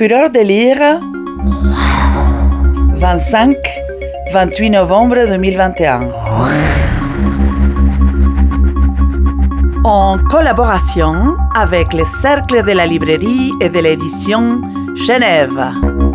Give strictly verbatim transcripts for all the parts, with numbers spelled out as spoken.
Fureur de lire, vingt-cinq à vingt-huit novembre deux mille vingt et un. En collaboration avec le Cercle de la librairie et de l'édition Genève.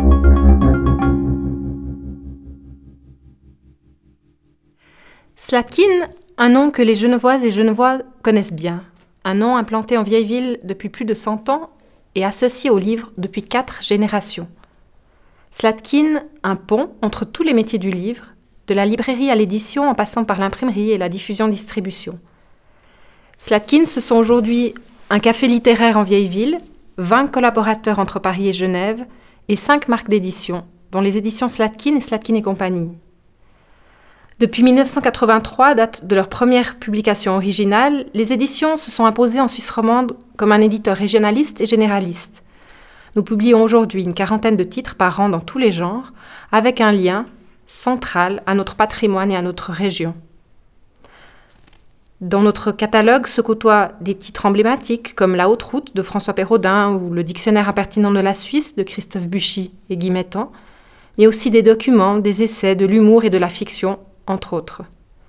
Slatkin, un nom que les Genevoises et Genevois connaissent bien. Un nom implanté en vieille ville depuis plus de cent ans et associé au livre depuis quatre générations. Slatkin, un pont entre tous les métiers du livre, de la librairie à l'édition en passant par l'imprimerie et la diffusion-distribution. Slatkin, ce sont aujourd'hui un café littéraire en vieille ville, vingt collaborateurs entre Paris et Genève et cinq marques d'édition, dont les éditions Slatkin et Slatkin et compagnie. Depuis mille neuf cent quatre-vingt-trois, date de leur première publication originale, les éditions se sont imposées en Suisse romande comme un éditeur régionaliste et généraliste. Nous publions aujourd'hui une quarantaine de titres par an dans tous les genres, avec un lien central à notre patrimoine et à notre région. Dans notre catalogue se côtoient des titres emblématiques comme La Haute Route de François Pérodin ou Le Dictionnaire impertinent de la Suisse de Christophe Buchy et Guy Mettan, mais aussi des documents, des essais, de l'humour et de la fiction, entre autres.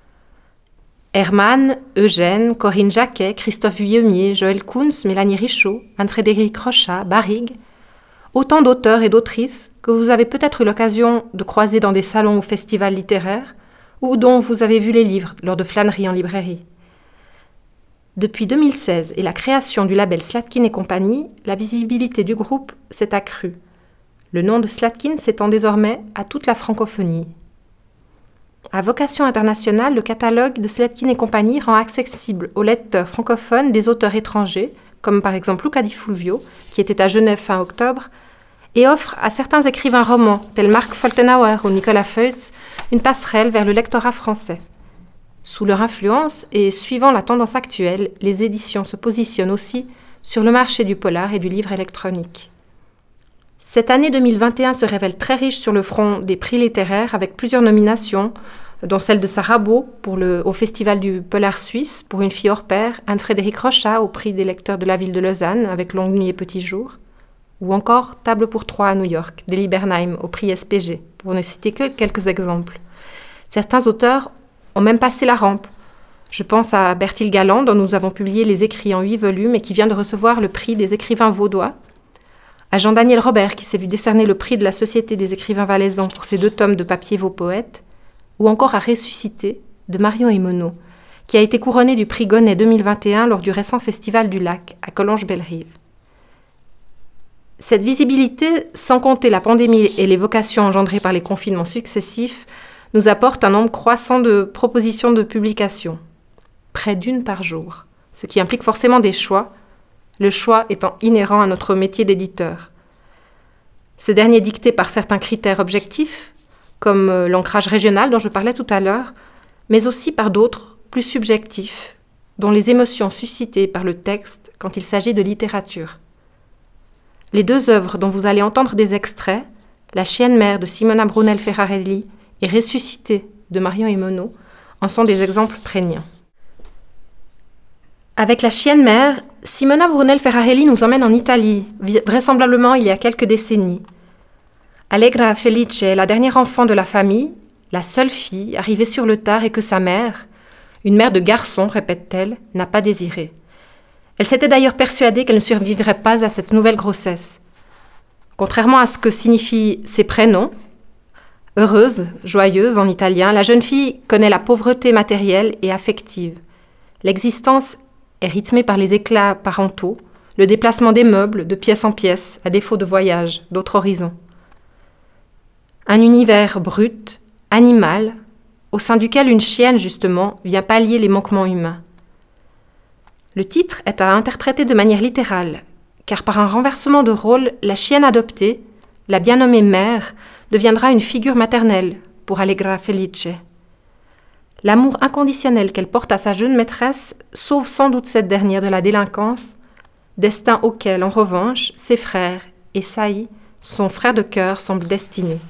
Hermann, Eugène, Corinne Jacquet, Christophe Vuillemier, Joël Kuntz, Mélanie Richaud, Anne-Frédérique Rochat, Barrigue, autant d'auteurs et d'autrices que vous avez peut-être eu l'occasion de croiser dans des salons ou festivals littéraires ou dont vous avez vu les livres lors de flâneries en librairie. Depuis deux mille seize et la création du label Slatkin et compagnie, la visibilité du groupe s'est accrue. Le nom de Slatkin s'étend désormais à toute la francophonie. À vocation internationale, le catalogue de Slatkin et compagnie rend accessible aux lecteurs francophones des auteurs étrangers, comme par exemple Luca Di Fulvio, qui était à Genève fin octobre, et offre à certains écrivains romans, tels Marc Foltenauer ou Nicolas Feutz, une passerelle vers le lectorat français. Sous leur influence et suivant la tendance actuelle, les éditions se positionnent aussi sur le marché du polar et du livre électronique. Cette année deux mille vingt et un se révèle très riche sur le front des prix littéraires avec plusieurs nominations, dont celle de Sarah Beau pour le, au Festival du Polar Suisse pour Une fille hors pair, Anne-Frédérique Rochat au prix des lecteurs de la ville de Lausanne avec Longue nuit et petits jours, ou encore Table pour trois à New York, d'Elie Bernheim au prix S P G, pour ne citer que quelques exemples. Certains auteurs ont même passé la rampe. Je pense à Bertil Galland, dont nous avons publié les écrits en huit volumes et qui vient de recevoir le prix des écrivains vaudois, à Jean-Daniel Robert, qui s'est vu décerner le prix de la Société des écrivains valaisans pour ses deux tomes de papier Vos poètes, ou encore à Ressuscité, de Marion Ymonneau, qui a été couronné du prix Gonnet deux mille vingt et un lors du récent Festival du Lac, à Collonges-Bellerive. Cette visibilité, sans compter la pandémie et les vocations engendrées par les confinements successifs, nous apporte un nombre croissant de propositions de publication, près d'une par jour, ce qui implique forcément des choix, le choix étant inhérent à notre métier d'éditeur. Ce dernier dicté par certains critères objectifs, comme l'ancrage régional dont je parlais tout à l'heure, mais aussi par d'autres, plus subjectifs, dont les émotions suscitées par le texte quand il s'agit de littérature. Les deux œuvres dont vous allez entendre des extraits, La chienne mère de Simona Brunel-Ferrarelli et Ressuscité de Marion Ymonneau, en sont des exemples prégnants. Avec La chienne mère, Simona Brunel-Ferrarelli nous emmène en Italie, vraisemblablement il y a quelques décennies. Allegra Felice est la dernière enfant de la famille, la seule fille arrivée sur le tard et que sa mère, une mère de garçon, répète-t-elle, n'a pas désirée. Elle s'était d'ailleurs persuadée qu'elle ne survivrait pas à cette nouvelle grossesse. Contrairement à ce que signifient ses prénoms, heureuse, joyeuse en italien, la jeune fille connaît la pauvreté matérielle et affective. L'existence est rythmée par les éclats parentaux, le déplacement des meubles de pièce en pièce, à défaut de voyage, d'autres horizons. Un univers brut, animal, au sein duquel une chienne, justement, vient pallier les manquements humains. Le titre est à interpréter de manière littérale, car par un renversement de rôle, la chienne adoptée, la bien nommée mère, deviendra une figure maternelle pour Allegra Felice. L'amour inconditionnel qu'elle porte à sa jeune maîtresse sauve sans doute cette dernière de la délinquance, destin auquel, en revanche, ses frères et Saï, son frère de cœur, semblent destinés.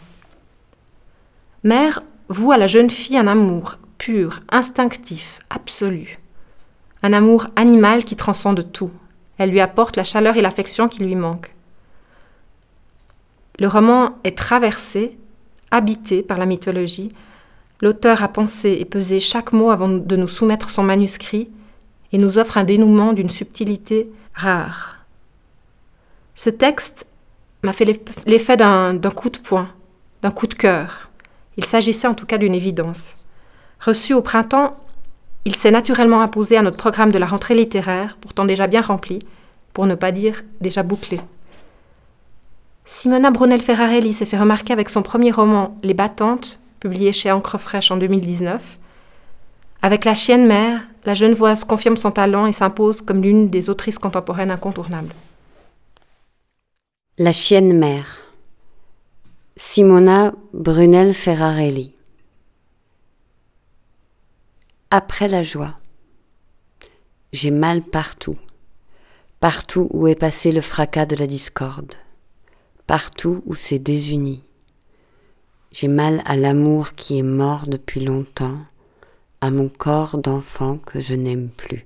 Mère voue à la jeune fille un amour pur, instinctif, absolu. Un amour animal qui transcende tout. Elle lui apporte la chaleur et l'affection qui lui manquent. Le roman est traversé, habité par la mythologie. L'auteur a pensé et pesé chaque mot avant de nous soumettre son manuscrit et nous offre un dénouement d'une subtilité rare. Ce texte m'a fait l'effet d'un, d'un coup de poing, d'un coup de cœur. Il s'agissait en tout cas d'une évidence. Reçu au printemps, il s'est naturellement imposé à notre programme de la rentrée littéraire, pourtant déjà bien rempli, pour ne pas dire déjà bouclé. Simona Brunel-Ferrarelli s'est fait remarquer avec son premier roman « Les battantes », publié chez Encre fraîche en deux mille dix-neuf. Avec La chienne mère, la Genevoise confirme son talent et s'impose comme l'une des autrices contemporaines incontournables. La chienne mère, Simona Brunel-Ferrarelli. Après la joie, j'ai mal partout, partout où est passé le fracas de la discorde, partout où c'est désuni. J'ai mal à l'amour qui est mort depuis longtemps, à mon corps d'enfant que je n'aime plus.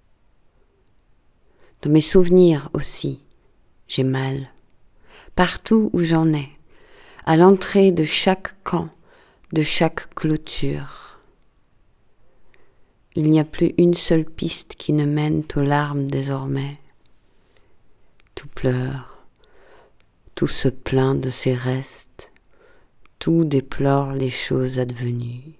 Dans mes souvenirs aussi, j'ai mal. Partout où j'en ai, à l'entrée de chaque camp, de chaque clôture. Il n'y a plus une seule piste qui ne mène aux larmes désormais. Tout pleure, tout se plaint de ses restes, tout déplore les choses advenues.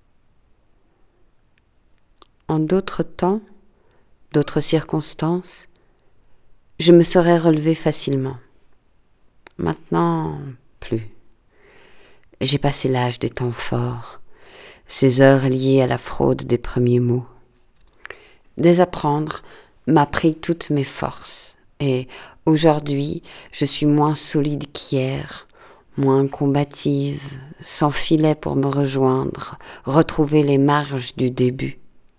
En d'autres temps, d'autres circonstances, je me serais relevée facilement. Maintenant, plus. J'ai passé l'âge des temps forts, ces heures liées à la fraude des premiers mots. Désapprendre m'a pris toutes mes forces, et aujourd'hui, je suis moins solide qu'hier, moins combative, sans filet pour me rejoindre, retrouver les marges du début.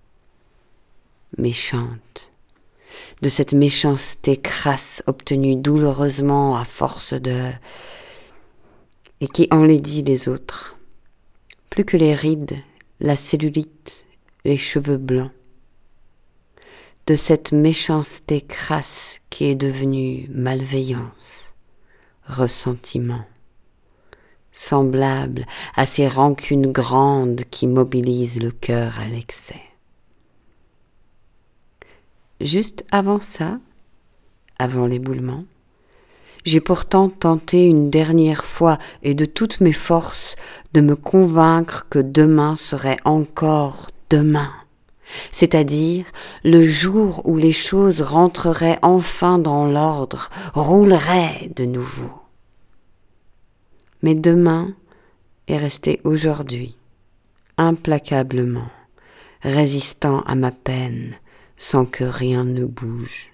Méchante. De cette méchanceté crasse obtenue douloureusement à force de... et qui enlaidit les autres. Plus que les rides, la cellulite, les cheveux blancs. De cette méchanceté crasse qui est devenue malveillance, ressentiment, semblable à ces rancunes grandes qui mobilisent le cœur à l'excès. Juste avant ça, avant l'éboulement, j'ai pourtant tenté une dernière fois et de toutes mes forces de me convaincre que demain serait encore demain, c'est-à-dire le jour où les choses rentreraient enfin dans l'ordre, rouleraient de nouveau. Mais demain est resté aujourd'hui, implacablement, résistant à ma peine, sans que rien ne bouge.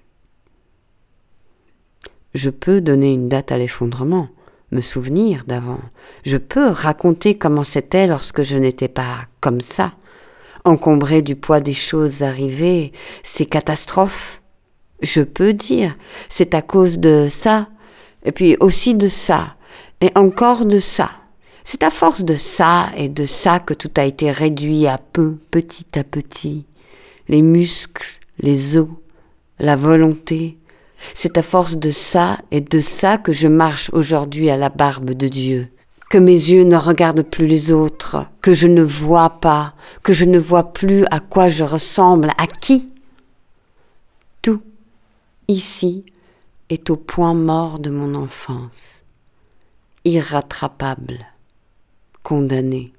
Je peux donner une date à l'effondrement, me souvenir d'avant. Je peux raconter comment c'était lorsque je n'étais pas comme ça, encombré du poids des choses arrivées, ces catastrophes. Je peux dire, c'est à cause de ça, et puis aussi de ça, et encore de ça. C'est à force de ça et de ça que tout a été réduit à peu, petit à petit. Les muscles, les os, la volonté. C'est à force de ça et de ça que je marche aujourd'hui à la barbe de Dieu. Que mes yeux ne regardent plus les autres, que je ne vois pas, que je ne vois plus à quoi je ressemble, à qui. Tout, ici, est au point mort de mon enfance, irrattrapable, condamné.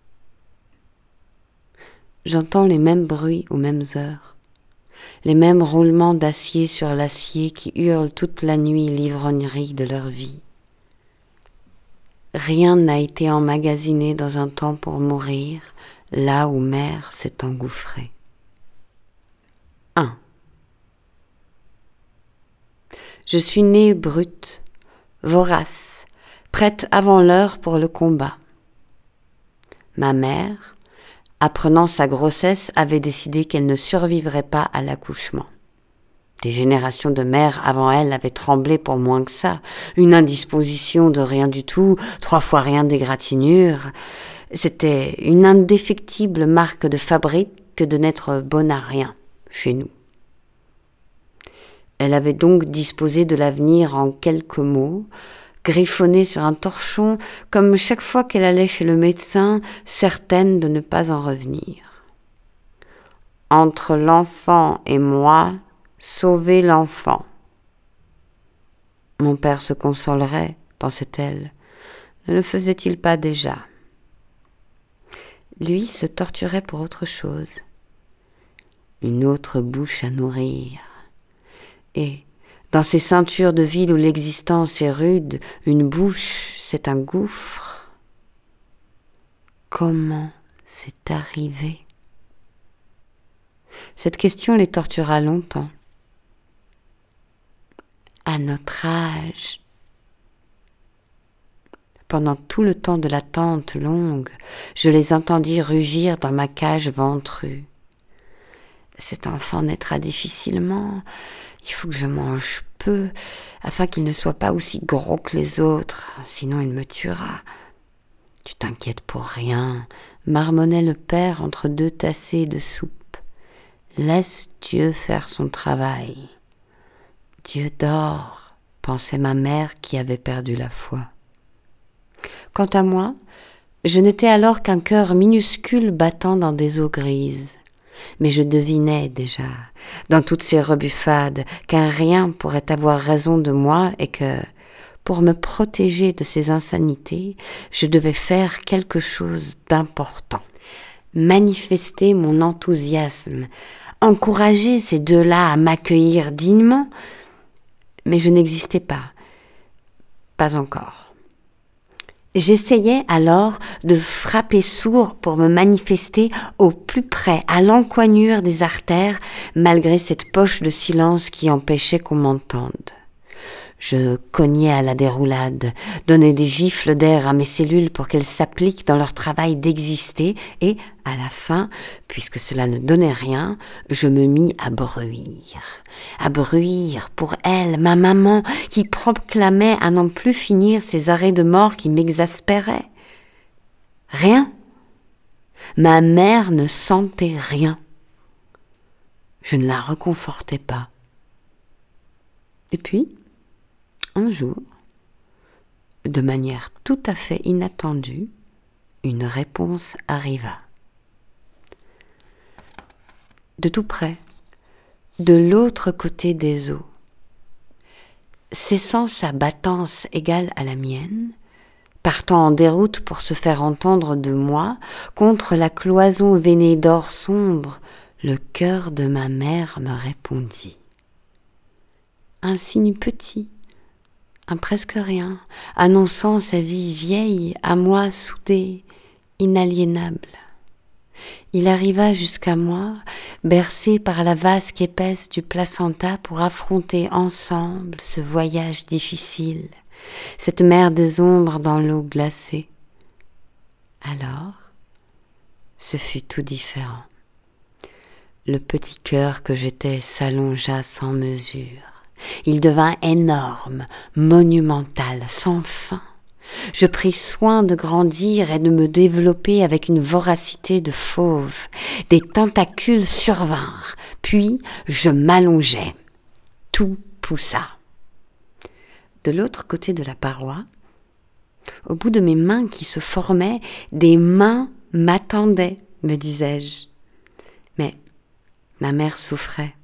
J'entends les mêmes bruits aux mêmes heures, les mêmes roulements d'acier sur l'acier qui hurlent toute la nuit l'ivrognerie de leur vie. Rien n'a été emmagasiné dans un temps pour mourir, là où mère s'est engouffrée. un. Je suis née brute, vorace, prête avant l'heure pour le combat. Ma mère, apprenant sa grossesse, avait décidé qu'elle ne survivrait pas à l'accouchement. Des générations de mères avant elle avaient tremblé pour moins que ça. Une indisposition de rien du tout, trois fois rien d'égratignure. C'était une indéfectible marque de fabrique que de n'être bonne à rien chez nous. Elle avait donc disposé de l'avenir en quelques mots, griffonner sur un torchon, comme chaque fois qu'elle allait chez le médecin, certaine de ne pas en revenir. Entre l'enfant et moi, sauvez l'enfant. Mon père se consolerait, pensait-elle. Ne le faisait-il pas déjà ? Lui se torturait pour autre chose. Une autre bouche à nourrir. Et, dans ces ceintures de ville où l'existence est rude, une bouche, c'est un gouffre. Comment c'est arrivé ? Cette question les tortura longtemps. À notre âge, pendant tout le temps de l'attente longue, je les entendis rugir dans ma cage ventrue. Cet enfant naîtra difficilement, il faut que je mange peu, afin qu'il ne soit pas aussi gros que les autres, sinon il me tuera. Tu t'inquiètes pour rien, marmonnait le père entre deux tassées de soupe. Laisse Dieu faire son travail. Dieu dort, pensait ma mère qui avait perdu la foi. Quant à moi, je n'étais alors qu'un cœur minuscule battant dans des eaux grises. Mais je devinais déjà, dans toutes ces rebuffades, qu'un rien pourrait avoir raison de moi et que, pour me protéger de ces insanités, je devais faire quelque chose d'important. Manifester mon enthousiasme, encourager ces deux-là à m'accueillir dignement, mais je n'existais pas, pas encore. J'essayais alors de frapper sourd pour me manifester au plus près, à l'encoignure des artères, malgré cette poche de silence qui empêchait qu'on m'entende. Je cognais à la déroulade, donnais des gifles d'air à mes cellules pour qu'elles s'appliquent dans leur travail d'exister et, à la fin, puisque cela ne donnait rien, je me mis à bruire. À bruire pour elle, ma maman, qui proclamait à n'en plus finir ces arrêts de mort qui m'exaspéraient. Rien. Ma mère ne sentait rien. Je ne la réconfortais pas. Et puis, un jour, de manière tout à fait inattendue, une réponse arriva. De tout près, de l'autre côté des eaux, cessant sa battance égale à la mienne, partant en déroute pour se faire entendre de moi, contre la cloison veinée d'or sombre, le cœur de ma mère me répondit. Un signe petit, un presque rien, annonçant sa vie vieille, à moi soudée, inaliénable. Il arriva jusqu'à moi, bercé par la vasque épaisse du placenta pour affronter ensemble ce voyage difficile, cette mer des ombres dans l'eau glacée. Alors, ce fut tout différent. Le petit cœur que j'étais s'allongea sans mesure. Il devint énorme, monumental, sans fin. Je pris soin de grandir et de me développer avec une voracité de fauve. Des tentacules survinrent, puis je m'allongeai. Tout poussa. De l'autre côté de la paroi, au bout de mes mains qui se formaient, des mains m'attendaient, me disais-je. Mais ma mère souffrait.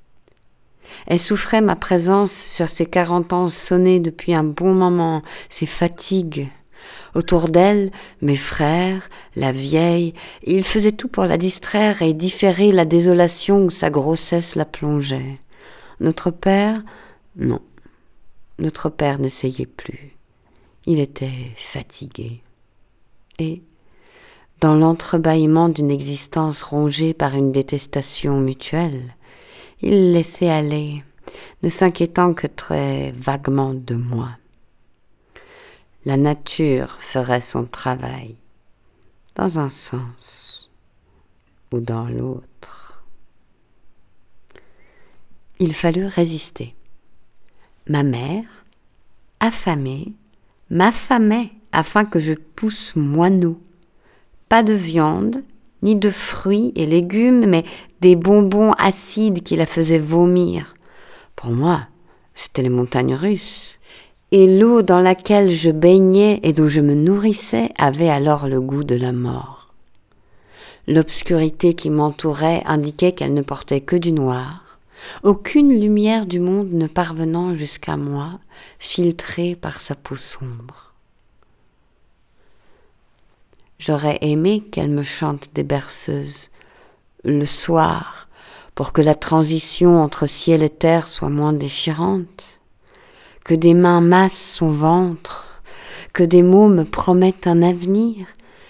Elle souffrait ma présence sur ses quarante ans sonnés depuis un bon moment, ses fatigues. Autour d'elle, mes frères, la vieille, ils faisaient tout pour la distraire et différer la désolation où sa grossesse la plongeait. Notre père, non, notre père n'essayait plus. Il était fatigué. Et, dans l'entrebâillement d'une existence rongée par une détestation mutuelle, il laissait aller, ne s'inquiétant que très vaguement de moi. La nature ferait son travail, dans un sens ou dans l'autre. Il fallut résister. Ma mère, affamée, m'affamait afin que je pousse moineau. Pas de viande, ni de fruits et légumes, mais des bonbons acides qui la faisaient vomir. Pour moi, c'était les montagnes russes. et l'eau dans laquelle je baignais et dont je me nourrissais avait alors le goût de la mort. L'obscurité qui m'entourait indiquait qu'elle ne portait que du noir, aucune lumière du monde ne parvenant jusqu'à moi, filtrée par sa peau sombre. J'aurais aimé qu'elle me chante des berceuses, le soir, pour que la transition entre ciel et terre soit moins déchirante, que des mains massent son ventre, que des mots me promettent un avenir.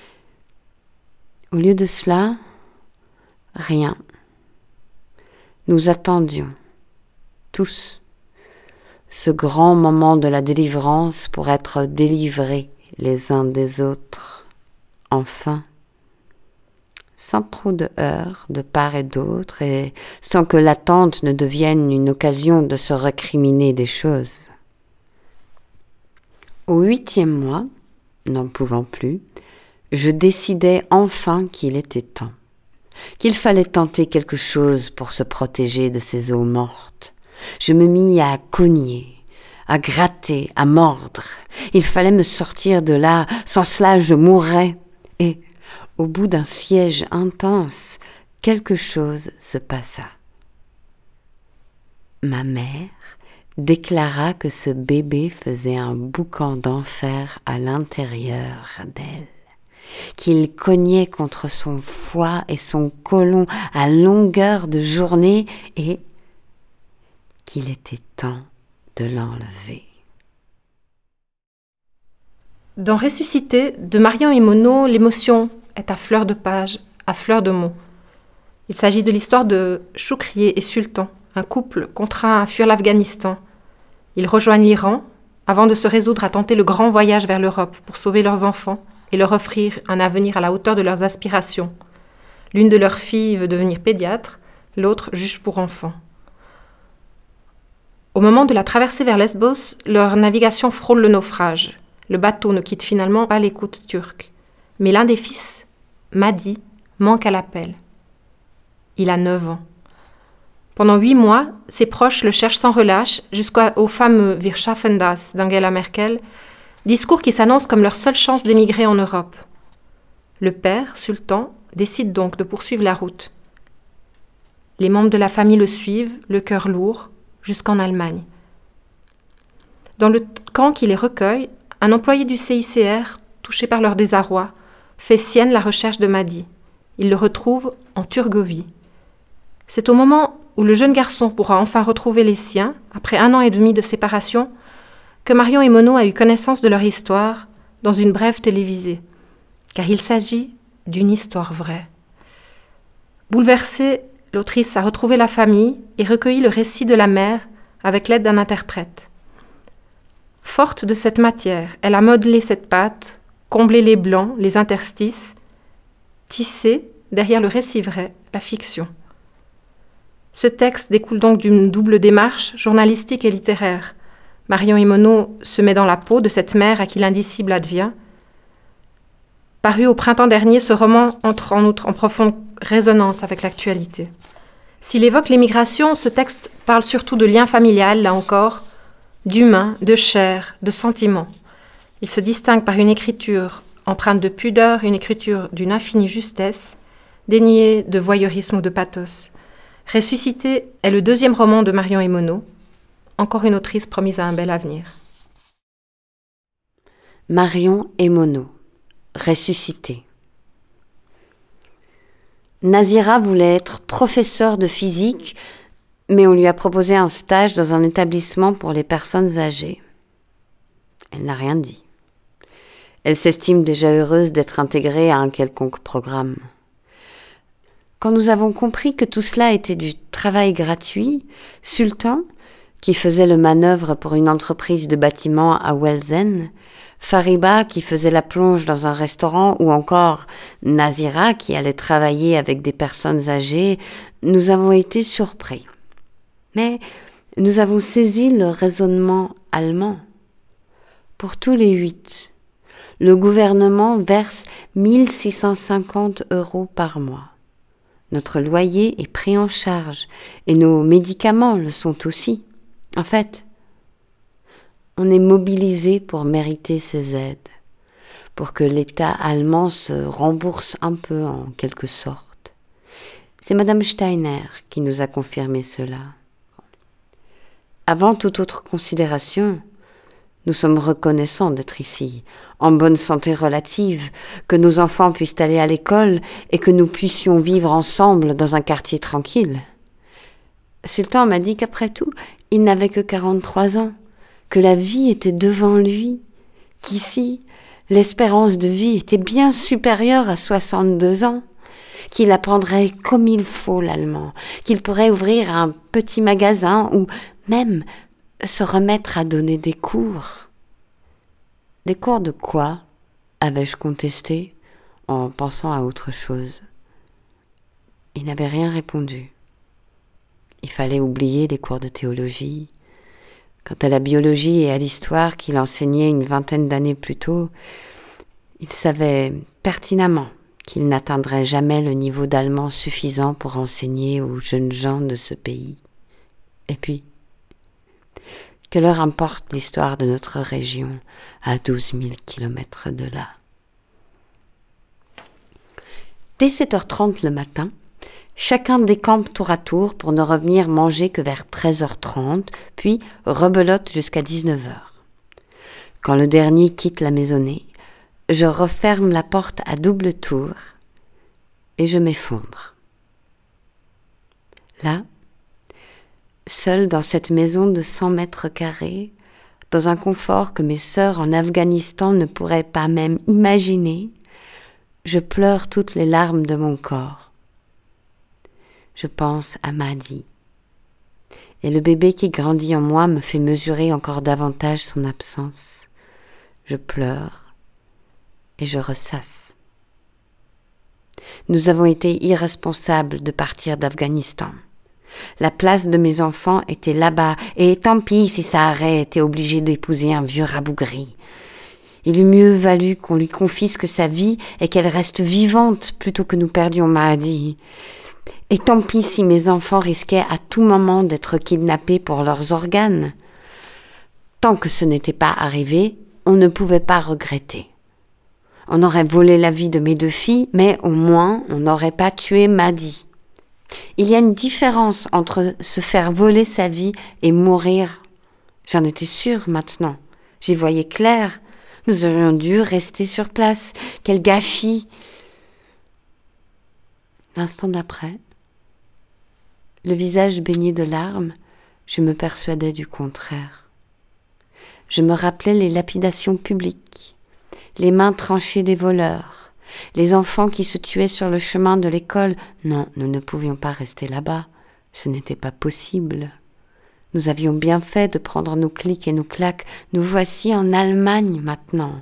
Au lieu de cela, rien. Nous attendions, tous, ce grand moment de la délivrance pour être délivrés les uns des autres, enfin, sans trop de heurts de part et d'autre et sans que l'attente ne devienne une occasion de se recriminer des choses. Au huitième mois, n'en pouvant plus, je décidai enfin qu'il était temps, qu'il fallait tenter quelque chose pour se protéger de ces eaux mortes. Je me mis à cogner, à gratter, à mordre. Il fallait me sortir de là, sans cela je mourrais. Et, au bout d'un siège intense, quelque chose se passa. Ma mère déclara que ce bébé faisait un boucan d'enfer à l'intérieur d'elle, qu'il cognait contre son foie et son côlon à longueur de journée et qu'il était temps de l'enlever. Dans Ressuscité, de Marion Imono, l'émotion est à fleur de page, à fleur de mots. Il s'agit de l'histoire de Choukrier et Sultan, un couple contraint à fuir l'Afghanistan. Ils rejoignent l'Iran avant de se résoudre à tenter le grand voyage vers l'Europe pour sauver leurs enfants et leur offrir un avenir à la hauteur de leurs aspirations. L'une de leurs filles veut devenir pédiatre, l'autre juge pour enfants. Au moment de la traversée vers Lesbos, leur navigation frôle le naufrage. Le bateau ne quitte finalement pas les côtes turques. Mais l'un des fils, Madi, manque à l'appel. Il a neuf ans. Pendant huit mois, ses proches le cherchent sans relâche jusqu'au fameux Wir schaffen das d'Angela Merkel, discours qui s'annonce comme leur seule chance d'émigrer en Europe. Le père, Sultan, décide donc de poursuivre la route. Les membres de la famille le suivent, le cœur lourd, jusqu'en Allemagne. Dans le camp qui les recueille, un employé du C I C R, touché par leur désarroi, fait sienne la recherche de Madi. Il le retrouve en Turgovie. C'est au moment où le jeune garçon pourra enfin retrouver les siens, après un an et demi de séparation, que Marion Imono a eu connaissance de leur histoire dans une brève télévisée, car il s'agit d'une histoire vraie. Bouleversée, l'autrice a retrouvé la famille et recueilli le récit de la mère avec l'aide d'un interprète. Forte de cette matière, elle a modelé cette pâte, comblé les blancs, les interstices, tissé, derrière le récit vrai, la fiction. Ce texte découle donc d'une double démarche, journalistique et littéraire. Marion Imono se met dans la peau de cette mère à qui l'indicible advient. Paru au printemps dernier, ce roman entre en outre en profonde résonance avec l'actualité. S'il évoque l'émigration, ce texte parle surtout de lien familial, là encore, d'humain, de chair, de sentiment. Il se distingue par une écriture empreinte de pudeur, une écriture d'une infinie justesse, dénuée de voyeurisme ou de pathos. Ressuscité est le deuxième roman de Marion Imono, encore une autrice promise à un bel avenir. Marion Imono, Ressuscité. Nazira voulait être professeure de physique, mais on lui a proposé un stage dans un établissement pour les personnes âgées. Elle n'a rien dit. Elle s'estime déjà heureuse d'être intégrée à un quelconque programme. Quand nous avons compris que tout cela était du travail gratuit, Sultan, qui faisait le manœuvre pour une entreprise de bâtiment à Welzen, Fariba, qui faisait la plonge dans un restaurant, ou encore Nazira, qui allait travailler avec des personnes âgées, nous avons été surpris. Mais nous avons saisi le raisonnement allemand. Pour tous les huit, le gouvernement verse mille six cent cinquante euros par mois. Notre loyer est pris en charge et nos médicaments le sont aussi. En fait, on est mobilisé pour mériter ces aides, pour que l'État allemand se rembourse un peu en quelque sorte. C'est Madame Steiner qui nous a confirmé cela. Avant toute autre considération, nous sommes reconnaissants d'être ici, en bonne santé relative, que nos enfants puissent aller à l'école et que nous puissions vivre ensemble dans un quartier tranquille. Sultan m'a dit qu'après tout, il n'avait que quarante-trois ans, que la vie était devant lui, qu'ici, l'espérance de vie était bien supérieure à soixante-deux ans, qu'il apprendrait comme il faut l'allemand, qu'il pourrait ouvrir un petit magasin ou même se remettre à donner des cours. Des cours de quoi ? avais-je contesté en pensant à autre chose. Il n'avait rien répondu. Il fallait oublier les cours de théologie. Quant à la biologie et à l'histoire qu'il enseignait une vingtaine d'années plus tôt, il savait pertinemment qu'il n'atteindrait jamais le niveau d'allemand suffisant pour enseigner aux jeunes gens de ce pays. Et puis, que leur importe l'histoire de notre région à douze mille kilomètres de là. Dès sept heures trente le matin, chacun décampe tour à tour pour ne revenir manger que vers treize heures trente, puis rebelote jusqu'à dix-neuf heures. Quand le dernier quitte la maisonnée, je referme la porte à double tour et je m'effondre. Là, seule dans cette maison de cent mètres carrés, dans un confort que mes sœurs en Afghanistan ne pourraient pas même imaginer, je pleure toutes les larmes de mon corps. Je pense à Mahdi. Et le bébé qui grandit en moi me fait mesurer encore davantage son absence. Je pleure et je ressasse. Nous avons été irresponsables de partir d'Afghanistan. La place de mes enfants était là-bas, et tant pis si Sahareh était obligé d'épouser un vieux rabougri. Il eût mieux valu qu'on lui confisque sa vie et qu'elle reste vivante plutôt que nous perdions Mahdi. Et tant pis si mes enfants risquaient à tout moment d'être kidnappés pour leurs organes. Tant que ce n'était pas arrivé, on ne pouvait pas regretter. On aurait volé la vie de mes deux filles, mais au moins on n'aurait pas tué Mahdi. Il y a une différence entre se faire voler sa vie et mourir. J'en étais sûre maintenant. J'y voyais clair. Nous aurions dû rester sur place. Quel gâchis! L'instant d'après, le visage baigné de larmes, je me persuadais du contraire. Je me rappelais les lapidations publiques, les mains tranchées des voleurs, les enfants qui se tuaient sur le chemin de l'école. Non, nous ne pouvions pas rester là-bas. Ce n'était pas possible. Nous avions bien fait de prendre nos clics et nos claques. Nous voici en Allemagne maintenant.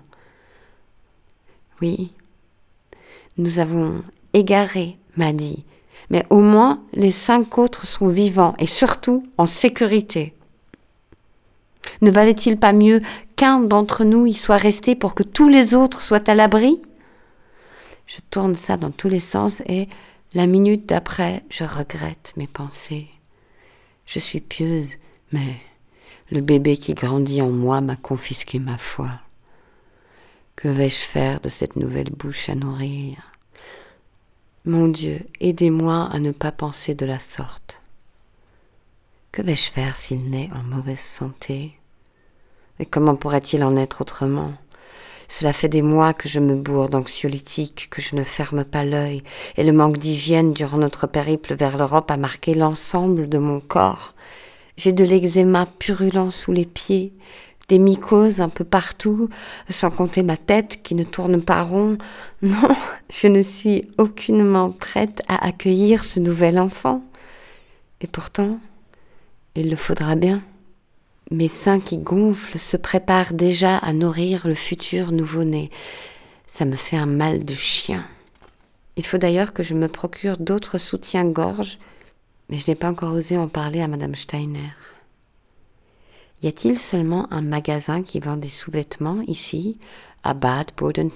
Oui, nous avons égaré Mahdi, mais au moins les cinq autres sont vivants et surtout en sécurité. Ne valait-il pas mieux qu'un d'entre nous y soit resté pour que tous les autres soient à l'abri ? Je tourne ça dans tous les sens et, la minute d'après, je regrette mes pensées. Je suis pieuse, mais le bébé qui grandit en moi m'a confisqué ma foi. Que vais-je faire de cette nouvelle bouche à nourrir ? Mon Dieu, aidez-moi à ne pas penser de la sorte. Que vais-je faire s'il naît en mauvaise santé ? Et comment pourrait-il en être autrement ? Cela fait des mois que je me bourre d'anxiolytiques, que je ne ferme pas l'œil, et le manque d'hygiène durant notre périple vers l'Europe a marqué l'ensemble de mon corps. J'ai de l'eczéma purulent sous les pieds, des mycoses un peu partout, sans compter ma tête qui ne tourne pas rond. Non, je ne suis aucunement prête à accueillir ce nouvel enfant. Et pourtant, il le faudra bien. Mes seins qui gonflent se préparent déjà à nourrir le futur nouveau-né. Ça me fait un mal de chien. Il faut d'ailleurs que je me procure d'autres soutiens-gorge, mais je n'ai pas encore osé en parler à Madame Steiner. Y a-t-il seulement un magasin qui vend des sous-vêtements ici, à Bad Bodenteich ?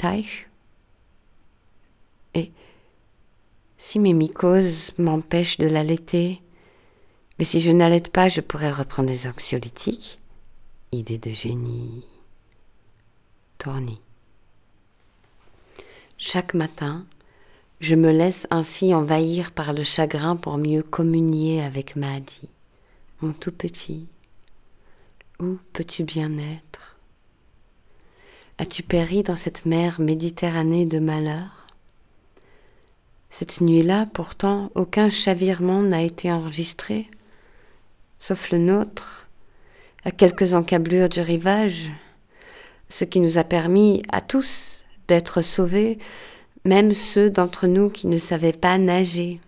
Et si mes mycoses m'empêchent de l'allaiter ? Mais si je n'allaite pas, je pourrais reprendre des anxiolytiques. idée de génie. Tournie. Chaque matin, je me laisse ainsi envahir par le chagrin pour mieux communier avec Mahdi, mon tout petit. Où peux-tu bien être? As-tu péri dans cette mer Méditerranée de malheur? Cette nuit-là, pourtant, aucun chavirement n'a été enregistré, sauf le nôtre, à quelques encablures du rivage, ce qui nous a permis à tous d'être sauvés, même ceux d'entre nous qui ne savaient pas nager.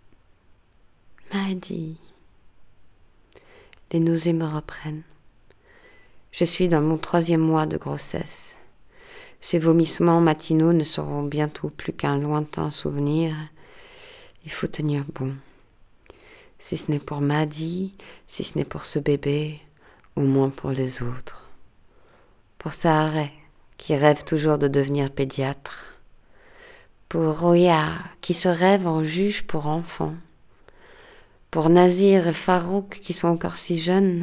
Mahdi. Les nausées me reprennent. Je suis dans mon troisième mois de grossesse. Ces vomissements matinaux ne seront bientôt plus qu'un lointain souvenir. Il faut tenir bon. Si ce n'est pour Mahdi, si ce n'est pour ce bébé, au moins pour les autres. Pour Sahareh, qui rêve toujours de devenir pédiatre. Pour Roya, qui se rêve en juge pour enfants. Pour Nazir et Farouk, qui sont encore si jeunes.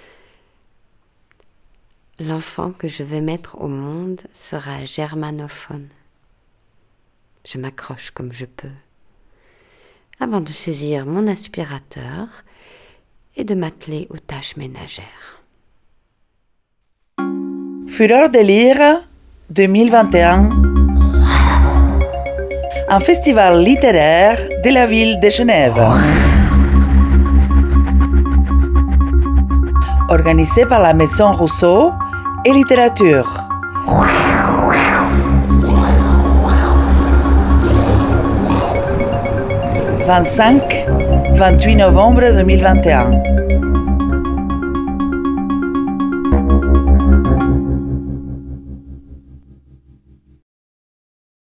L'enfant que je vais mettre au monde sera germanophone. Je m'accroche comme je peux, avant de saisir mon aspirateur et de m'atteler aux tâches ménagères. Fureur de lire deux mille vingt et un. Un festival littéraire de la ville de Genève. Organisé par la Maison Rousseau et Littérature. vingt-cinq à vingt-huit novembre deux mille vingt et un.